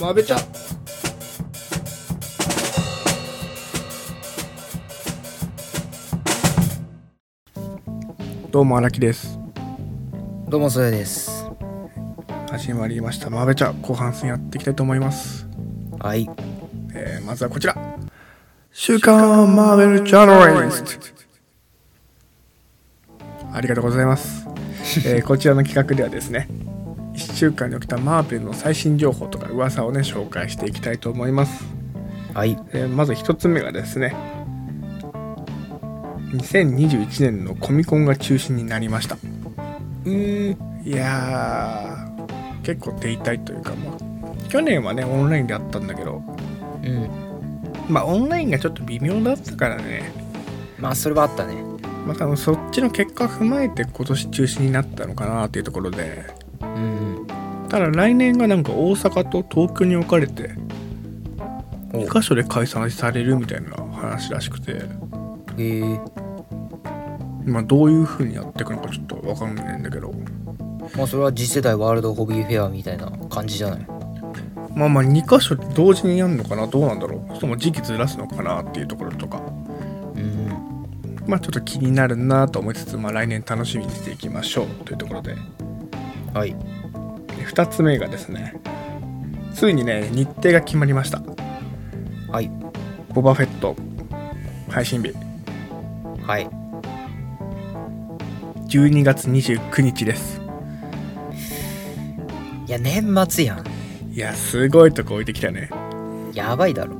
まべちゃ。どうも荒木です。 どうもそやです。 始まりましたまべちゃ、後半戦やっていきたいと思います。 はい、 まずはこちら、週刊マーベルジャーナリスト。ありがとうございます。こちらの企画ではですね、1週間に起きたマーベルの最新情報とか噂をね紹介していきたいと思います。 はい、 まず一つ目がですね、2021年のコミコンが中止になりました。いやー、結構手痛いというか、去年はねオンラインであったんだけど、オンラインがちょっと微妙だったからね。 それはあったね。 多分そっちの結果を踏まえて今年中止になったのかなっていうところで、ただ来年がなんか大阪と東京に分かれて2カ所で開催されるみたいな話らしくて、どういう風にやっていくのかちょっと分かんないんだけど、 それは次世代ワールドホビーフェアみたいな感じじゃない。 2カ所同時にやるのかな、どうなんだろう、それとも時期ずらすのかなっていうところとか、ちょっと気になるなと思いつつ、来年楽しみにしていきましょうというところで、 はい。 2つ目がですね、ついにね日程が決まりました。 はい。 ボバフェット配信日、 はい。 12月29日です。 いや、年末やん。 いや、すごいとこ置いてきたね。 やばいだろ。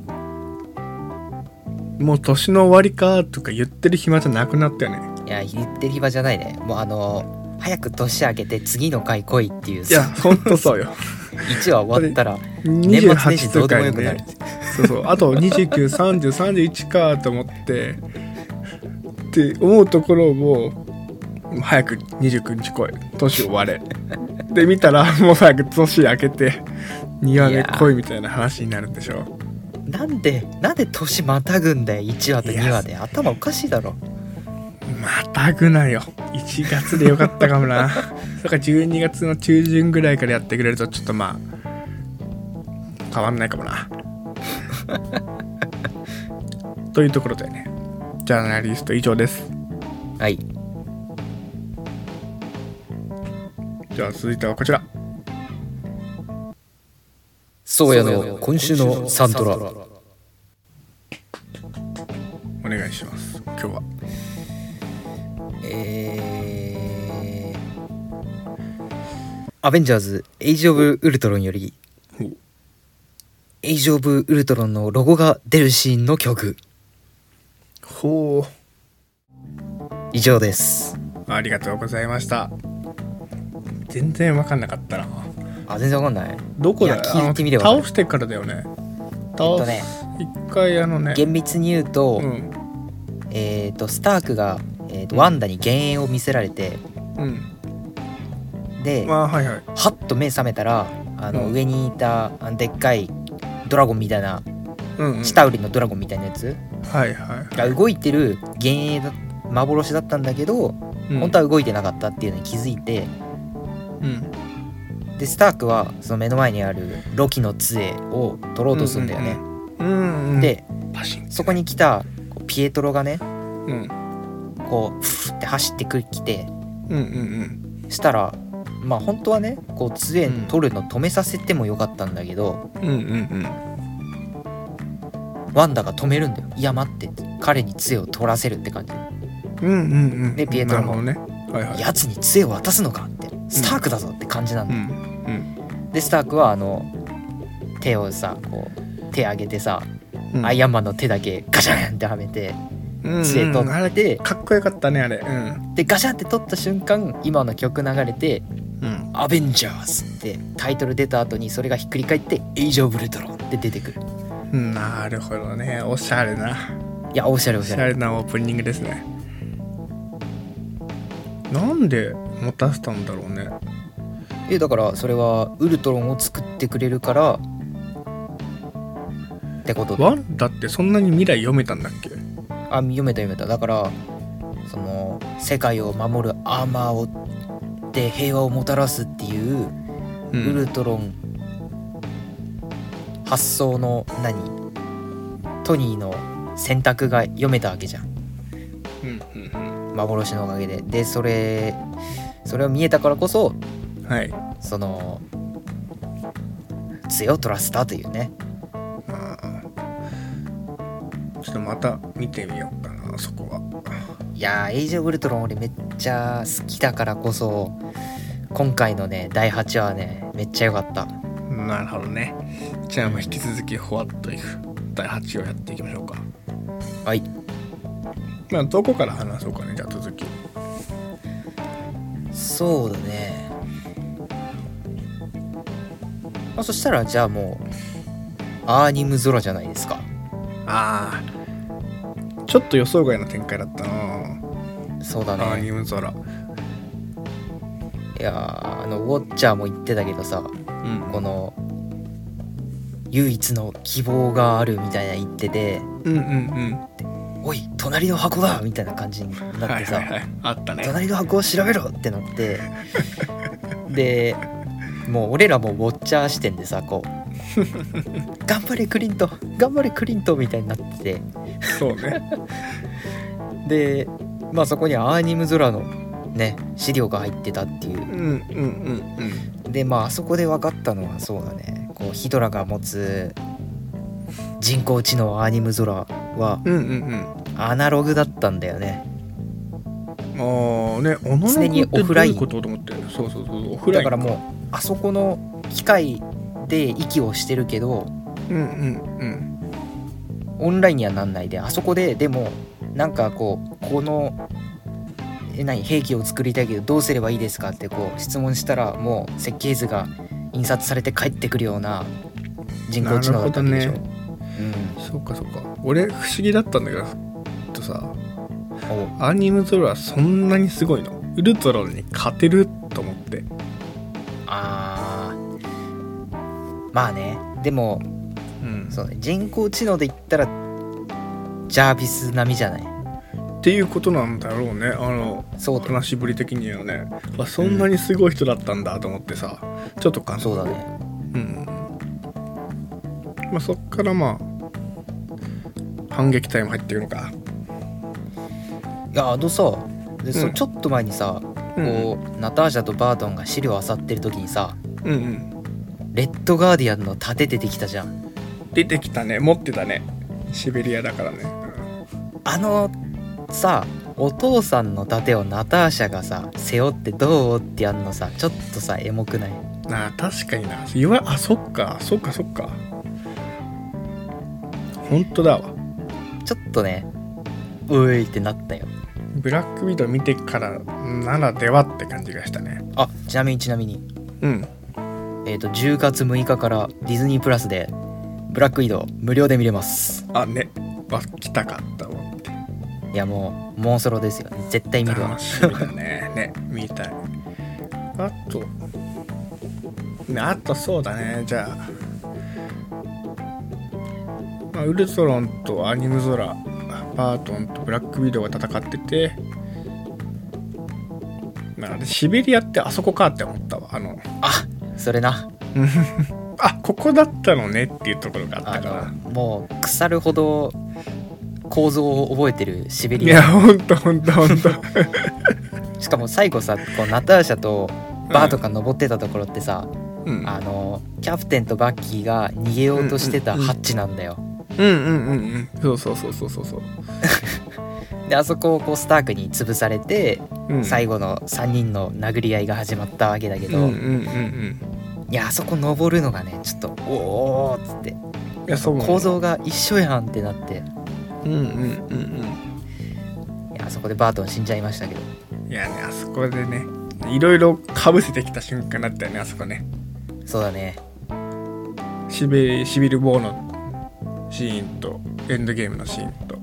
もう年の終わりかとか言ってる暇じゃなくなったよね。 いや、言ってる暇じゃないね。もう早く年明けて次の回来いっていう。 いや、ほんとそうよ。 1話終わったら年末年始どうでもよくなる。 そうあと29、30、31かと思ってって思うところを、早く29日来い、年終われで見たらもう早く年明けて2話目来いみたいな話になるんでしょ。 なんで年またぐんだよ、1話と2話で。頭おかしいだろ。 またぐなよ、1月でよかったかもな。それから12月の中旬ぐらいからやってくれるとちょっと変わんないかもな。というところでね、ジャーナリスト以上です。 はい。 じゃあ続いてはこちら、 そうやの今週のサントラ。 お願いします。今日はアベンジャーズエイジオブウルトロンよりエイジオブウルトロンのロゴが出るシーンの曲。 ほう、 以上です。 ありがとうございました。全然分かんなかったな。 全然わかんない。 どこだよ。 聞いてみれば倒してからだよね。一回厳密に言うと、スタークが、ワンダに幻影を見せられて、で、はっと目覚めたら上にいたでっかいドラゴンみたいな、下売りのドラゴンみたいなやつが動いてる幻影だ、幻だったんだけど、本当は動いてなかったっていうのに気づいて、でスタークはその目の前にあるロキの杖を取ろうとするんだよね。でそこに来たピエトロがね、こうフーって走ってきて、したら本当はねこう杖取るの止めさせてもよかったんだけど、ワンダが止めるんだよ。いや待って、彼に杖を取らせるって感じで、ピエトロもやつに杖を渡すのかって、スタークだぞって感じなんだよ。でスタークは手をさ、こう手上げてさ、アイアンマンの手だけガシャンってはめて杖取って、 かっこよかったねあれ。 でガシャンって取った瞬間、今の曲流れて、アベンジャーズってタイトル出た後にそれがひっくり返ってエイジオブウルトロンって出てくる。 なるほどね、おしゃれな。 いや、おしゃれなオープニングですね。なんで持たせたんだろうね。 だからそれはウルトロンを作ってくれるからってことで。 ワンダってそんなに未来読めたんだっけ？ 読めた。だからその世界を守るアーマーをで平和をもたらすっていう、ウルトロン発想のトニーの選択が読めたわけじゃん、幻のおかげで。でそれを見えたからこそ、 はい、 その杖を取らせたというね。 ちょっとまた見てみようかな、そこは。 いやエイジオブウルトロン俺めっちゃ好きだからこそ今回のね第8話はねめっちゃ良かった。 なるほどね。じゃあ引き続きホワットイフ第8話やっていきましょうか。 はい。 まあどこから話そうかね、じゃあ続き。 そうだね。そしたらじゃあもうアーニムゾラじゃないですか。 ああ、ちょっと予想外の展開だったな。 そうだね。 アーニムゾラ。いやウォッチャーも言ってたけどさ、この唯一の希望があるみたいな言ってて、おい隣の箱だみたいな感じになってさ、 あったね。 隣の箱を調べろってなってでもう俺らもウォッチャー視点でさこう頑張れクリント頑張れクリントみたいになっててそうねでまあそこにアーニムゾラのね資料が入ってたっていう、でまああそこで分かったのはそうだね、こうヒドラが持つ人工知能アーニムゾラは、アナログだったんだよね。 ああね、常にオフラインことと思って。そうオフラインだからもうあそこの機械で息をしてるけど、オンラインにはなんないで、あそこででもなんかこの兵器を作りたいけどどうすればいいですかってこう質問したらもう設計図が印刷されて帰ってくるような人工知能だったわけでしょ。 そうか俺不思議だったんだけどさ、アーニムゾロはそんなにすごいの？ウルトロンに勝てると思って。 まあね、でも、そうね、人工知能で言ったらジャービス並みじゃないっていうことなんだろうね。 そう話しぶり的にはね、そんなにすごい人だったんだと思ってさ、ちょっと感動。 そうだね。 まあそっからまあ反撃タイム入ってるのか。 いやさで、ちょっと前にさ、こうナターシャとバートンが資料漁ってる時にさ、レッドガーディアンの盾出てきたじゃん。 出てきたね、持ってたね。シベリアだからね。 さお父さんの盾をナターシャがさ背負ってどうってやんのさ、ちょっとさエモくない？ 確かにな。そっか本当だわ。 ちょっとねういってなったよ。 ブラックウィドウ見てからならではって感じがしたね。 ちなみに10月6日からディズニープラスでブラックウィドウ無料で見れます。 来たかったわって。 いやもうソロですよ、絶対見るわ。 楽しみだね。見たい。あとそうだね。じゃあ、ウルトロンとアニムゾラ、バートンとブラックウィドウが戦ってて、シベリアってあそこかって思ったわ。 それなここだったのねっていうところがあったから、 もう腐るほど構造を覚えてるシベリア。 いやほんとしかも最後さ、こうナターシャとバートが登ってたところってさ、キャプテンとバッキーが逃げようとしてたハッチなんだよ。 そうであそこをこうスタークに潰されて、最後の3人の殴り合いが始まったわけだけど、いやあそこ登るのがねちょっとおーっつって、構造が一緒やんってなって、いやあそこでバートン死んじゃいましたけど、 いやね、あそこでねいろいろかぶせてきた瞬間だったよね、あそこね。 そうだね。 シビル・ウォーのシーンとエンドゲームのシーンと、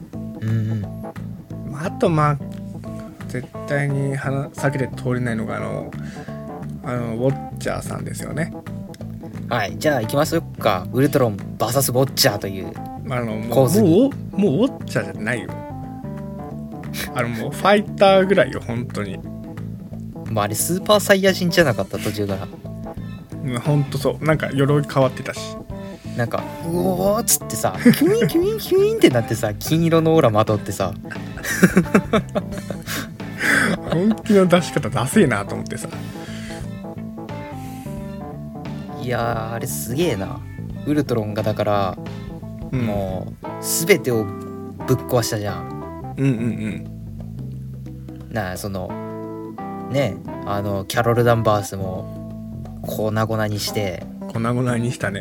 あと絶対に避けて通れないのがウォッチャーさんですよね。 はい、じゃあ行きましょうか。ウルトロン VS ウォッチャーという構図に。もうウォッチャーじゃないよ。もうファイターぐらいよ本当に。 あれスーパーサイヤ人じゃなかった途中から。 ほんとそう、なんか鎧変わってたし。 なんかうおーっつってさキュインキュインキュインってなってさ金色のオーラまとってさ本気の出し方ダセえなと思ってさ。 いやあれすげえな。ウルトロンがだから、もう全てをぶっ壊したじゃん。なあそのねキャロル・ダンバースも粉々にして粉々にしたね。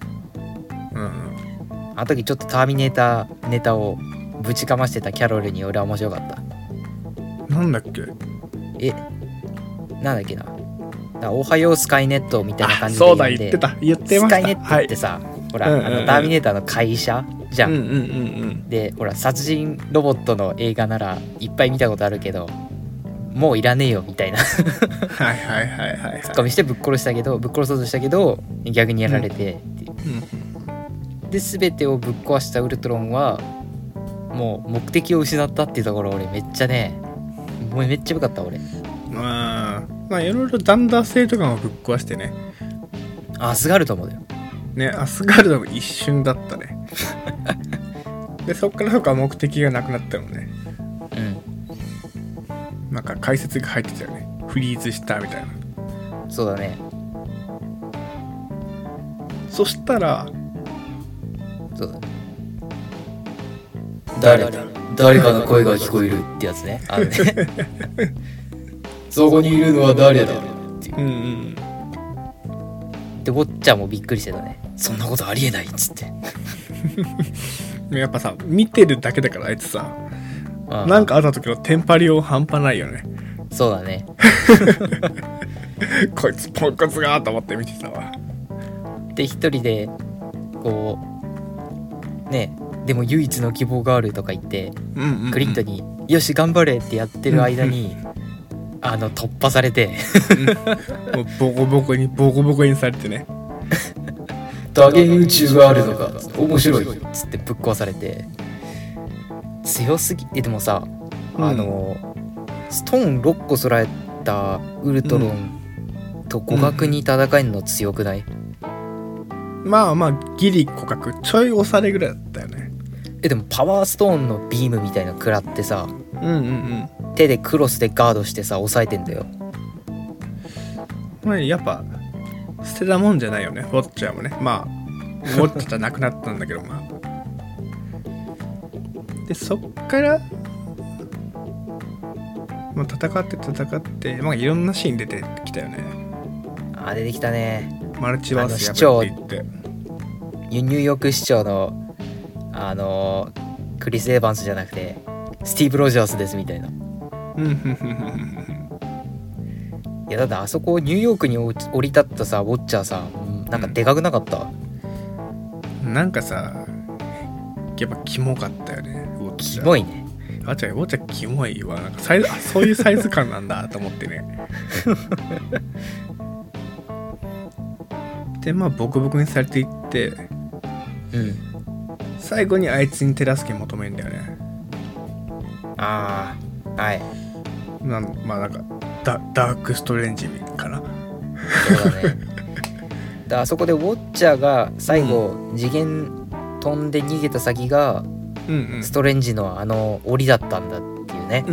あの時ちょっとターミネーターネタをぶちかましてたキャロルに俺は面白かった。 なんだっけなんだっけな、おはようスカイネットみたいな感じでそうだ言ってましたスカイネットってさ、ほら、ターミネーターの会社じゃん、でほら殺人ロボットの映画ならいっぱい見たことあるけどもういらねえよみたいなツッコミしてぶっ殺そうとしたけど逆にやられてっていう、で全てをぶっ壊したウルトロンはもう目的を失ったっていうところ俺めっちゃ良かった俺。 まあいろいろダンダー性とかもぶっ壊してね。 アスガルドもだよね。アスガルドも一瞬だったねでそっから目的がなくなったのね。なんか解説が入ってたよね。フリーズしたみたいな。 そうだね。 そしたらそうだ、誰かの声が聞こえるってやつね。そこにいるのは誰だっていう。でウォッチャーもびっくりしてたね。そんなことありえないっつってやっぱさ見てるだけだからあいつさ、なんかあった時のテンパりを半端ないよね。 そうだねこいつポンコツがーと思って見てたわ。 で一人でこうね、でも唯一の希望があるとか言って、クリントによし頑張れってやってる間に、突破されてもうボコボコにされてね多元宇宙があるのか面白いっつってぶっ壊されて強すぎ。でもさ、ストーン6個揃えたウルトロンと互角に戦えるの強くない？ まあギリ互角ちょい押されぐらいだったよね。 でもパワーストーンのビームみたいなの食らってさ、手でクロスでガードしてさ抑えてんだよ。 まあやっぱ捨てたもんじゃないよね。ウォッチャーもね。まあウォッチャーじゃなくなったんだけどまあでそっからまあ戦ってまあいろんなシーン出てきたよね。 出てきたね。 マルチバースやばいって言ってニューヨーク市長のクリス・エヴァンスじゃなくてスティーブ・ロジャースですみたいな。いやだってあそこニューヨークに降り立ったさウォッチャーさ、なんかでかくなかった？ なんかさやっぱキモかったよね。ウォッチャーキモいね。 ウォッチャーキモいわ。なんかそういうサイズ感なんだと思ってねでまあボコボコにされていって、最後にあいつに手助け求めんだよね。 はい。 まあなんかダークストレンジかな。 そうだねであそこでウォッチャーが最後、次元飛んで逃げた先が、ストレンジの檻だったんだっていうね。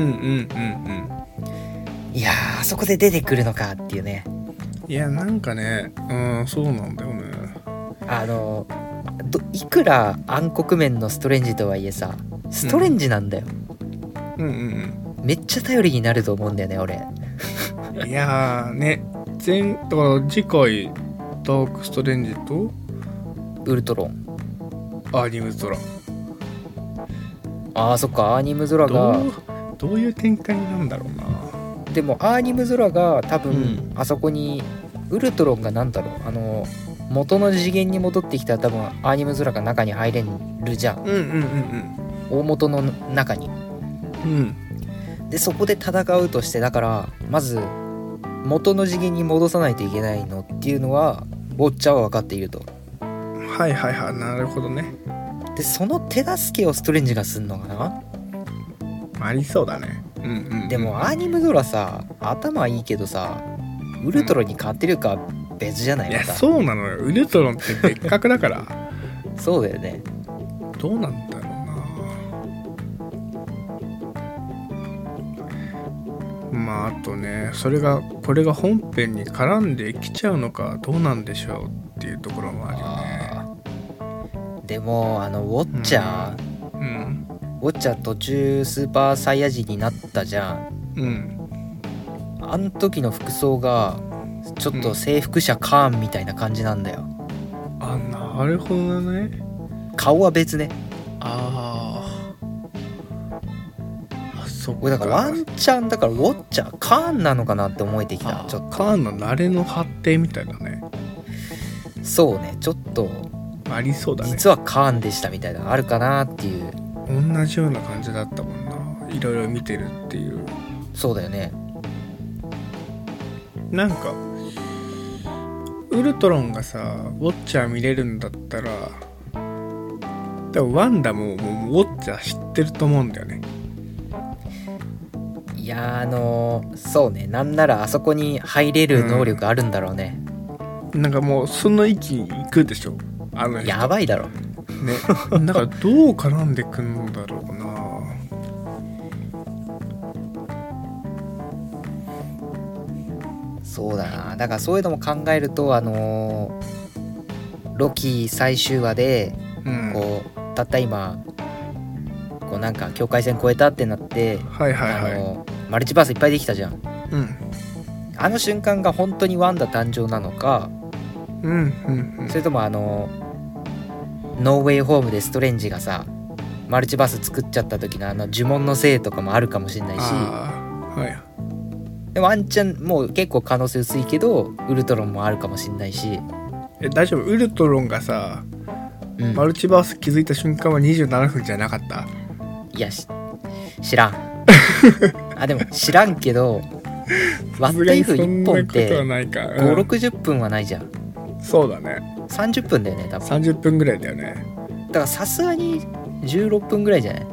いやあそこで出てくるのかっていうね。 いやなんかね、そうなんだよね。 いくら暗黒面のストレンジとはいえさストレンジなんだよ。めっちゃ頼りになると思うんだよね俺いやーねだから次回ダークストレンジとウルトロンアーニムズドラ。 そっかアーニムズドラがどういう展開なんだろうな。 でもアーニムズドラが多分、あそこにウルトロンがなんだろう元の次元に戻ってきたら多分アーニムズドラが中に入れるじゃん。大元の中に。でそこで戦うとしてだからまず元の次元に戻さないといけないのっていうのはウォッチャーは分かっていると。 はいなるほどね。 でその手助けをストレンジがすんのかな。 ありそうだね。でもアーニムドラさ頭いいけどさウルトロに勝てるか別じゃない。 いやそうなのよ、ウルトロンって別格だからそうだよね。 どうなんだろうな。まああとね、これが本編に絡んできちゃうのかどうなんでしょうっていうところもあるよね。でもウォッチャー、ウォッチャー途中スーパーサイヤ人になったじゃん。あの時の服装がちょっと征服者カーンみたいな感じなんだよ。 あ、なるほどね。 顔は別ね。 そっか。 俺だからワンチャンだからウォッチャーカーンなのかなって思えてきた。ちょっとカーンの慣れの発展みたいなね。 そうね、ちょっとありそうだね。 実はカーンでしたみたいなのあるかなっていう。 同じような感じだったもんな、いろいろ見てるっていう。 そうだよね。 なんかウルトロンがさウォッチャー見れるんだったら多分ワンダもウォッチャー知ってると思うんだよね。 いやそうね、なんならあそこに入れる能力あるんだろうね。 なんかもうその域に行くでしょ、あの人。 やばいだろね。 だからどう絡んでくんだろうな。 そうだな。だからそういうのも考えるとロキ最終話で、こうたった今こうなんか境界線越えたってなって、マルチバースいっぱいできたじゃん。あの瞬間が本当にワンダ誕生なのか、それともノーウェイホームでストレンジがさマルチバース作っちゃった時の呪文のせいとかもあるかもしれないし、でもワンチャンもう結構可能性薄いけどウルトロンもあるかもしれないし。 大丈夫？ウルトロンがさ、マルチバース気づいた瞬間は27分じゃなかった？ いや知らんでも知らんけどワットイフ1本って5,60 分はないじゃん。 そうだね、 30分だよね多分。 30分ぐらいだよね。 だからさすがに16分ぐらいじゃない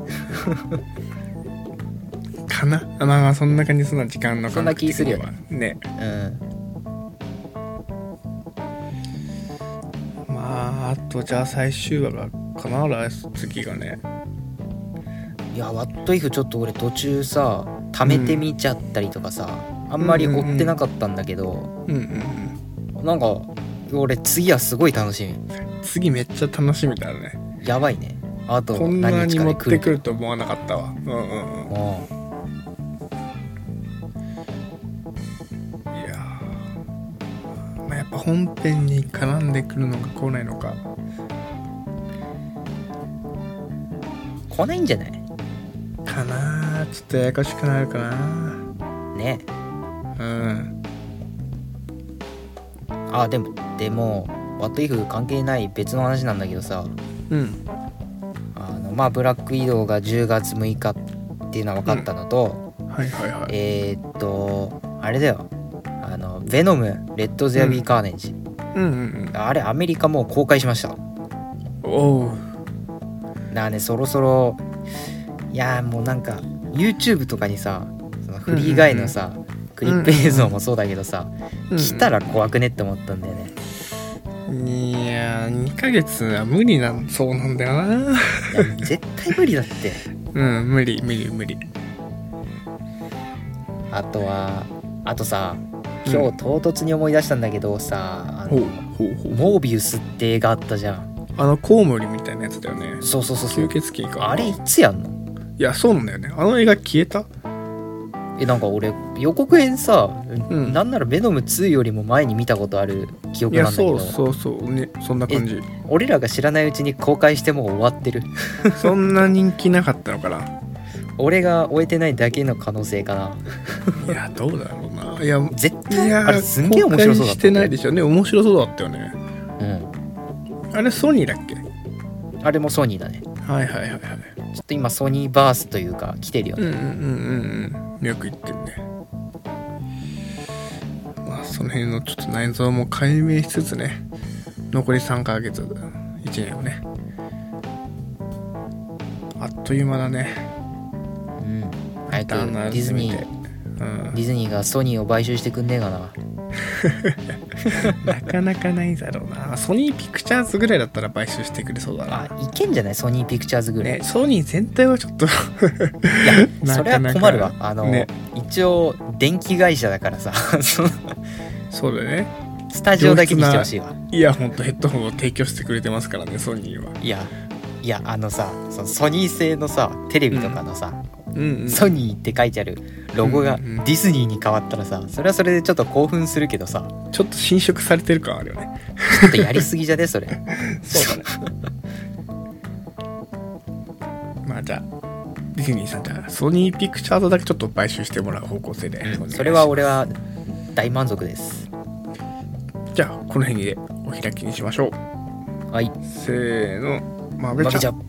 かな。まあそんな感じ、そんな時間のそんな気するよね。まああとじゃあ最終話がかな、次がね。 いやワットイフちょっと俺途中さ貯めてみちゃったりとかさ、あんまり追ってなかったんだけど、なんか俺次はすごい楽しみ。 次めっちゃ楽しみだね。 やばいね。あとこんなに持ってくると思わなかったわ。いやまあやっぱ本編に絡んでくるのか来ないのか。 来ないんじゃないかな。ちょっとややこしくなるかなね。でもワットイフ関係ない別の話なんだけどさ、まあブラック移動が10月6日っていうのは分かったのと、あれだよ、ベノムレッドゼアビーカーネージ、あれアメリカもう公開しました。 おう。 だからね、そろそろいやもうなんか YouTube とかにさそのフリー以外のさ、クリップ映像もそうだけどさ、来たら怖くねって思ったんだよね。 いや2ヶ月は無理な、そうなんだよな。いや絶対無理だって。 無理。あとさ、今日唐突に思い出したんだけどさ、モービウスって映画あったじゃん。 コウモリみたいなやつだよね。 そう吸血鬼か。 あれいつやんの？ いやそうなんだよね、あの映画消えた。 なんか俺予告編さ、なんならベノム2よりも前に見たことある記憶なんだけど。 いやそうね、そんな感じ。 俺らが知らないうちに公開してもう終わってるそんな人気なかったのかな。 俺が終えてないだけの可能性かな。 いやどうだろうな。いや絶対あれすんげえ面白そうだった。公開してないでしょね。面白そうだったよね。あれソニーだっけ？ あれもソニーだね。 はい。ちょっと今ソニーバースというか来てるよね。 よく言ってるね。まあその辺のちょっと内臓も解明しつつね、残り3ヶ月1年をね、あっという間だね。 早くディズニーがソニーを買収してくんねえかな。 なかなかないだろうな。ソニーピクチャーズぐらいだったら買収してくれそうだな。 いけんじゃない？ソニーピクチャーズぐらい、 ね、ソニー全体はちょっといやそれは困るわ。ね、一応電気会社だからさそうだね、 スタジオだけにしてほしいわ。 イヤホンとヘッドホンを提供してくれてますからね、ソニーは。 いやさ、そのソニー製のさテレビとかのさ、ソニーって書いてあるロゴがディズニーに変わったらさ、それはそれでちょっと興奮するけどさ、 ちょっと侵食されてる感あるよね。 ちょっとやりすぎじゃねそれ。 そうだね。まあじゃあディズニーさん、じゃあソニーピクチャーズだけちょっと買収してもらう方向性で、 それは俺は大満足です。 じゃあこの辺でお開きにしましょう。 はい、 せーの、まべちゃ。